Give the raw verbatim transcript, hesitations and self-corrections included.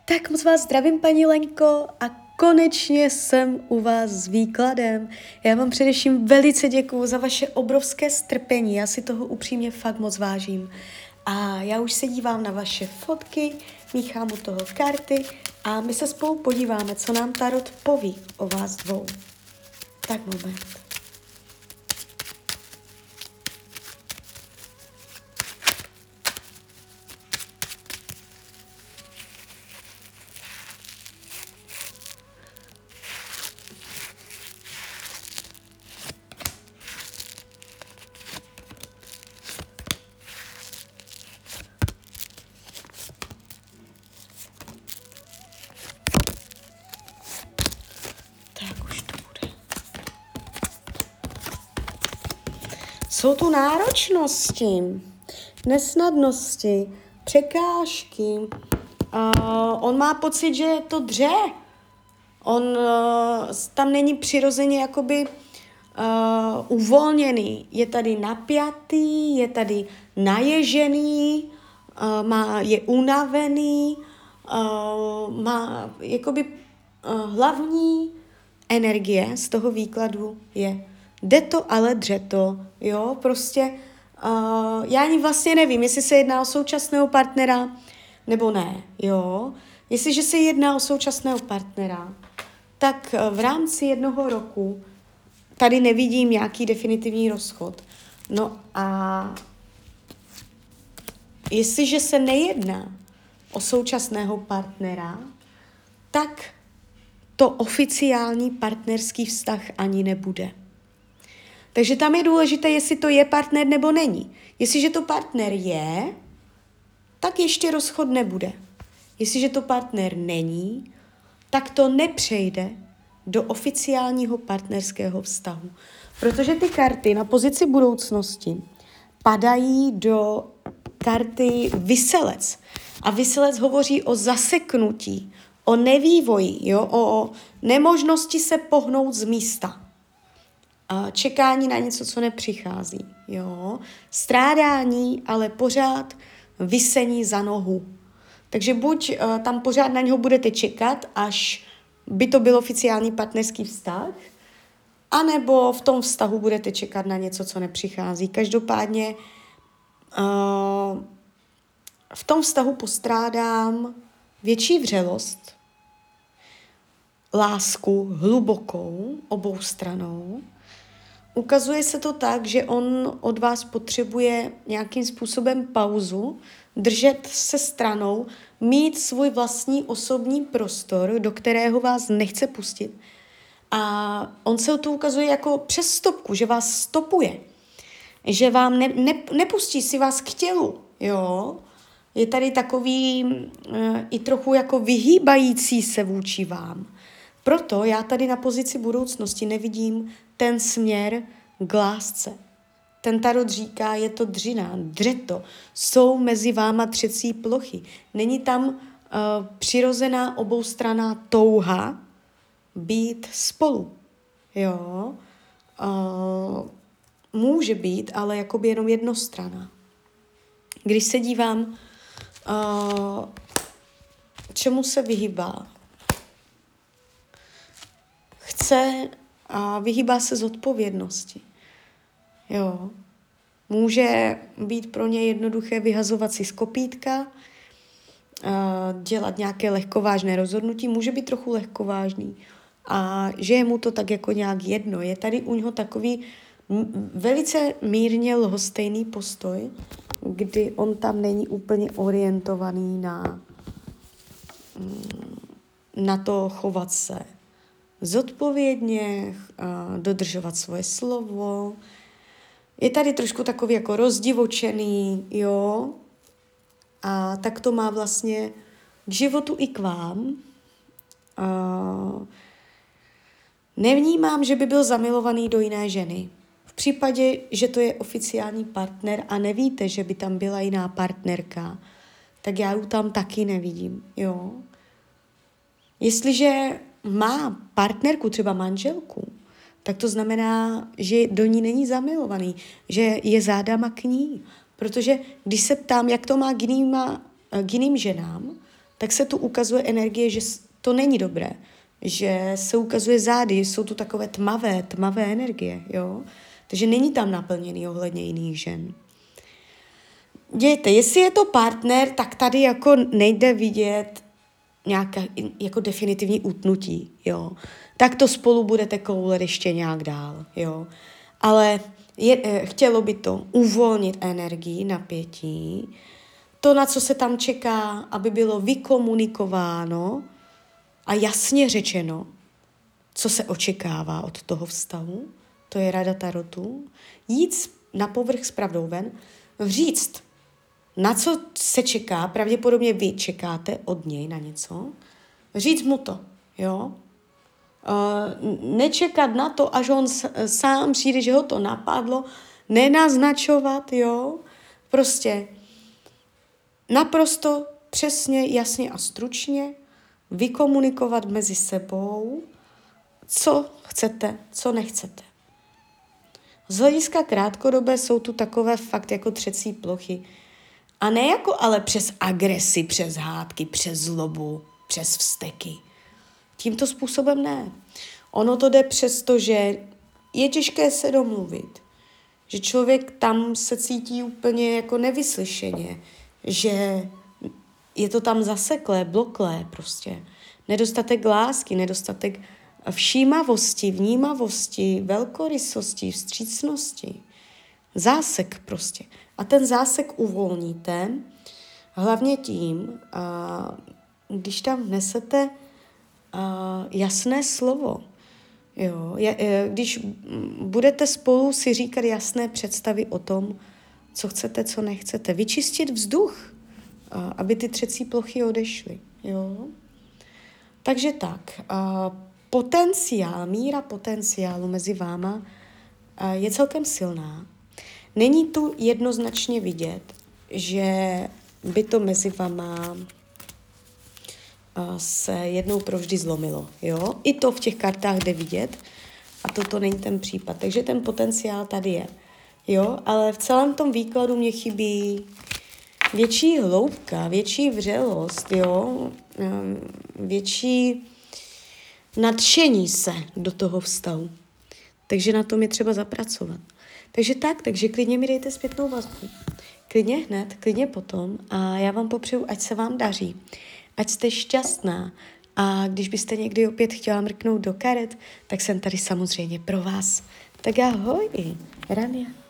Tak moc vás zdravím, paní Lenko, a konečně jsem u vás s výkladem. Já vám především velice děkuju za vaše obrovské strpení, já si toho upřímně fakt moc vážím. A já už se dívám na vaše fotky, míchám u toho karty a my se spolu podíváme, co nám tarot poví o vás dvou. Tak moment. Jsou tu náročnosti, nesnadnosti, překážky. Uh, on má pocit, že to dře. On uh, tam není přirozeně jakoby uh, uvolněný. Je tady napjatý, je tady naježený, uh, má, je unavený, uh, má jakoby uh, hlavní energie z toho výkladu je jde to, ale dře to, jo, prostě uh, já ani vlastně nevím, jestli se jedná o současného partnera, nebo ne, jo. Jestliže se jedná o současného partnera, tak uh, v rámci jednoho roku tady nevidím nějaký definitivní rozchod. No a jestliže se nejedná o současného partnera, tak to oficiální partnerský vztah ani nebude. Takže tam je důležité, jestli to je partner nebo není. Jestliže to partner je, tak ještě rozchod nebude. Jestliže to partner není, tak to nepřejde do oficiálního partnerského vztahu. Protože ty karty na pozici budoucnosti padají do karty Viselec. A Viselec hovoří o zaseknutí, o nevývoji, jo? O nemožnosti se pohnout z místa. Čekání na něco, co nepřichází. Jo? Strádání, ale pořád visení za nohu. Takže buď uh, tam pořád na něho budete čekat, až by to byl oficiální partnerský vztah, anebo v tom vztahu budete čekat na něco, co nepřichází. Každopádně uh, v tom vztahu postrádám větší vřelost, lásku hlubokou, oboustranou. Ukazuje se to tak, že on od vás potřebuje nějakým způsobem pauzu, držet se stranou, mít svůj vlastní osobní prostor, do kterého vás nechce pustit. A on se to ukazuje jako přes stopku, že vás stopuje, že vám ne, ne, nepustí si vás k tělu, jo. Je tady takový uh, i trochu jako vyhýbající se vůči vám. Proto já tady na pozici budoucnosti nevidím ten směr k lásce. Ten tarot říká, je to dřina, dře to. Jsou mezi váma třecí plochy. Není tam uh, přirozená oboustranná touha být spolu. Jo? Uh, může být, ale jakoby jenom jednostranná. Když se dívám, uh, čemu se vyhýbá, chce a vyhýbá se zodpovědnosti. Jo. Může být pro ně jednoduché vyhazovat si z kopítka, dělat nějaké lehkovážné rozhodnutí, může být trochu lehkovážný. A že je mu to tak jako nějak jedno. Je tady u něho takový m- velice mírně lhostejný postoj, kdy on tam není úplně orientovaný na, na to chovat se zodpovědně, dodržovat svoje slovo. Je tady trošku takový jako rozdivočený, jo. A tak to má vlastně k životu i k vám. A nevnímám, že by byl zamilovaný do jiné ženy. V případě, že to je oficiální partner a nevíte, že by tam byla jiná partnerka, tak já ji tam taky nevidím, jo. Jestliže má partnerku, třeba manželku, tak to znamená, že do ní není zamilovaný, že je zádama k ní. Protože když se ptám, jak to má k, jinýma, k jiným ženám, tak se tu ukazuje energie, že to není dobré, že se ukazuje zády, jsou tu takové tmavé, tmavé energie, jo. Takže není tam naplněný ohledně jiných žen. Dějte, jestli je to partner, tak tady jako nejde vidět nějaké jako definitivní utnutí, jo. Tak to spolu budete koulet ještě nějak dál, jo. Ale je, chtělo by to uvolnit energii, napětí, to, na co se tam čeká, aby bylo vykomunikováno a jasně řečeno, co se očekává od toho vztahu, to je rada tarotu, jít na povrch s pravdou ven, říct, na co se čeká, pravděpodobně vy čekáte od něj na něco, říct mu to, jo. Uh, nečekat na to, až on s, sám přijde, že ho to napadlo, nenaznačovat, jo. Prostě naprosto přesně, jasně a stručně vykomunikovat mezi sebou, co chcete, co nechcete. Z hlediska krátkodobé jsou tu takové fakt jako třecí plochy. A ne jako ale přes agresi, přes hádky, přes zlobu, přes vzteky. Tímto způsobem ne. Ono to jde přes to, že je těžké se domluvit. Že člověk tam se cítí úplně jako nevyslyšeně. Že je to tam zaseklé, bloklé prostě. Nedostatek lásky, nedostatek všímavosti, vnímavosti, velkorysosti, vstřícnosti. Zásek prostě. A ten zásek uvolníte hlavně tím, a, když tam vnesete a, jasné slovo. Jo, je, když budete spolu si říkat jasné představy o tom, co chcete, co nechcete. Vyčistit vzduch, a, aby ty třecí plochy odešly. Jo. Takže tak, a, potenciál, míra potenciálu mezi váma a, je celkem silná. Není tu jednoznačně vidět, že by to mezi vama se jednou provždy zlomilo. Jo? I to v těch kartách jde vidět a toto není ten případ. Takže ten potenciál tady je. Jo? Ale v celém tom výkladu mě chybí větší hloubka, větší vřelost, jo? Větší nadšení se do toho vztahu. Takže na tom je třeba zapracovat. Takže tak, takže klidně mi dejte zpětnou vazbu. Klidně hned, klidně potom a já vám popřeju, ať se vám daří, ať jste šťastná a když byste někdy opět chtěla mrknout do karet, tak jsem tady samozřejmě pro vás. Tak ahoj, Rania.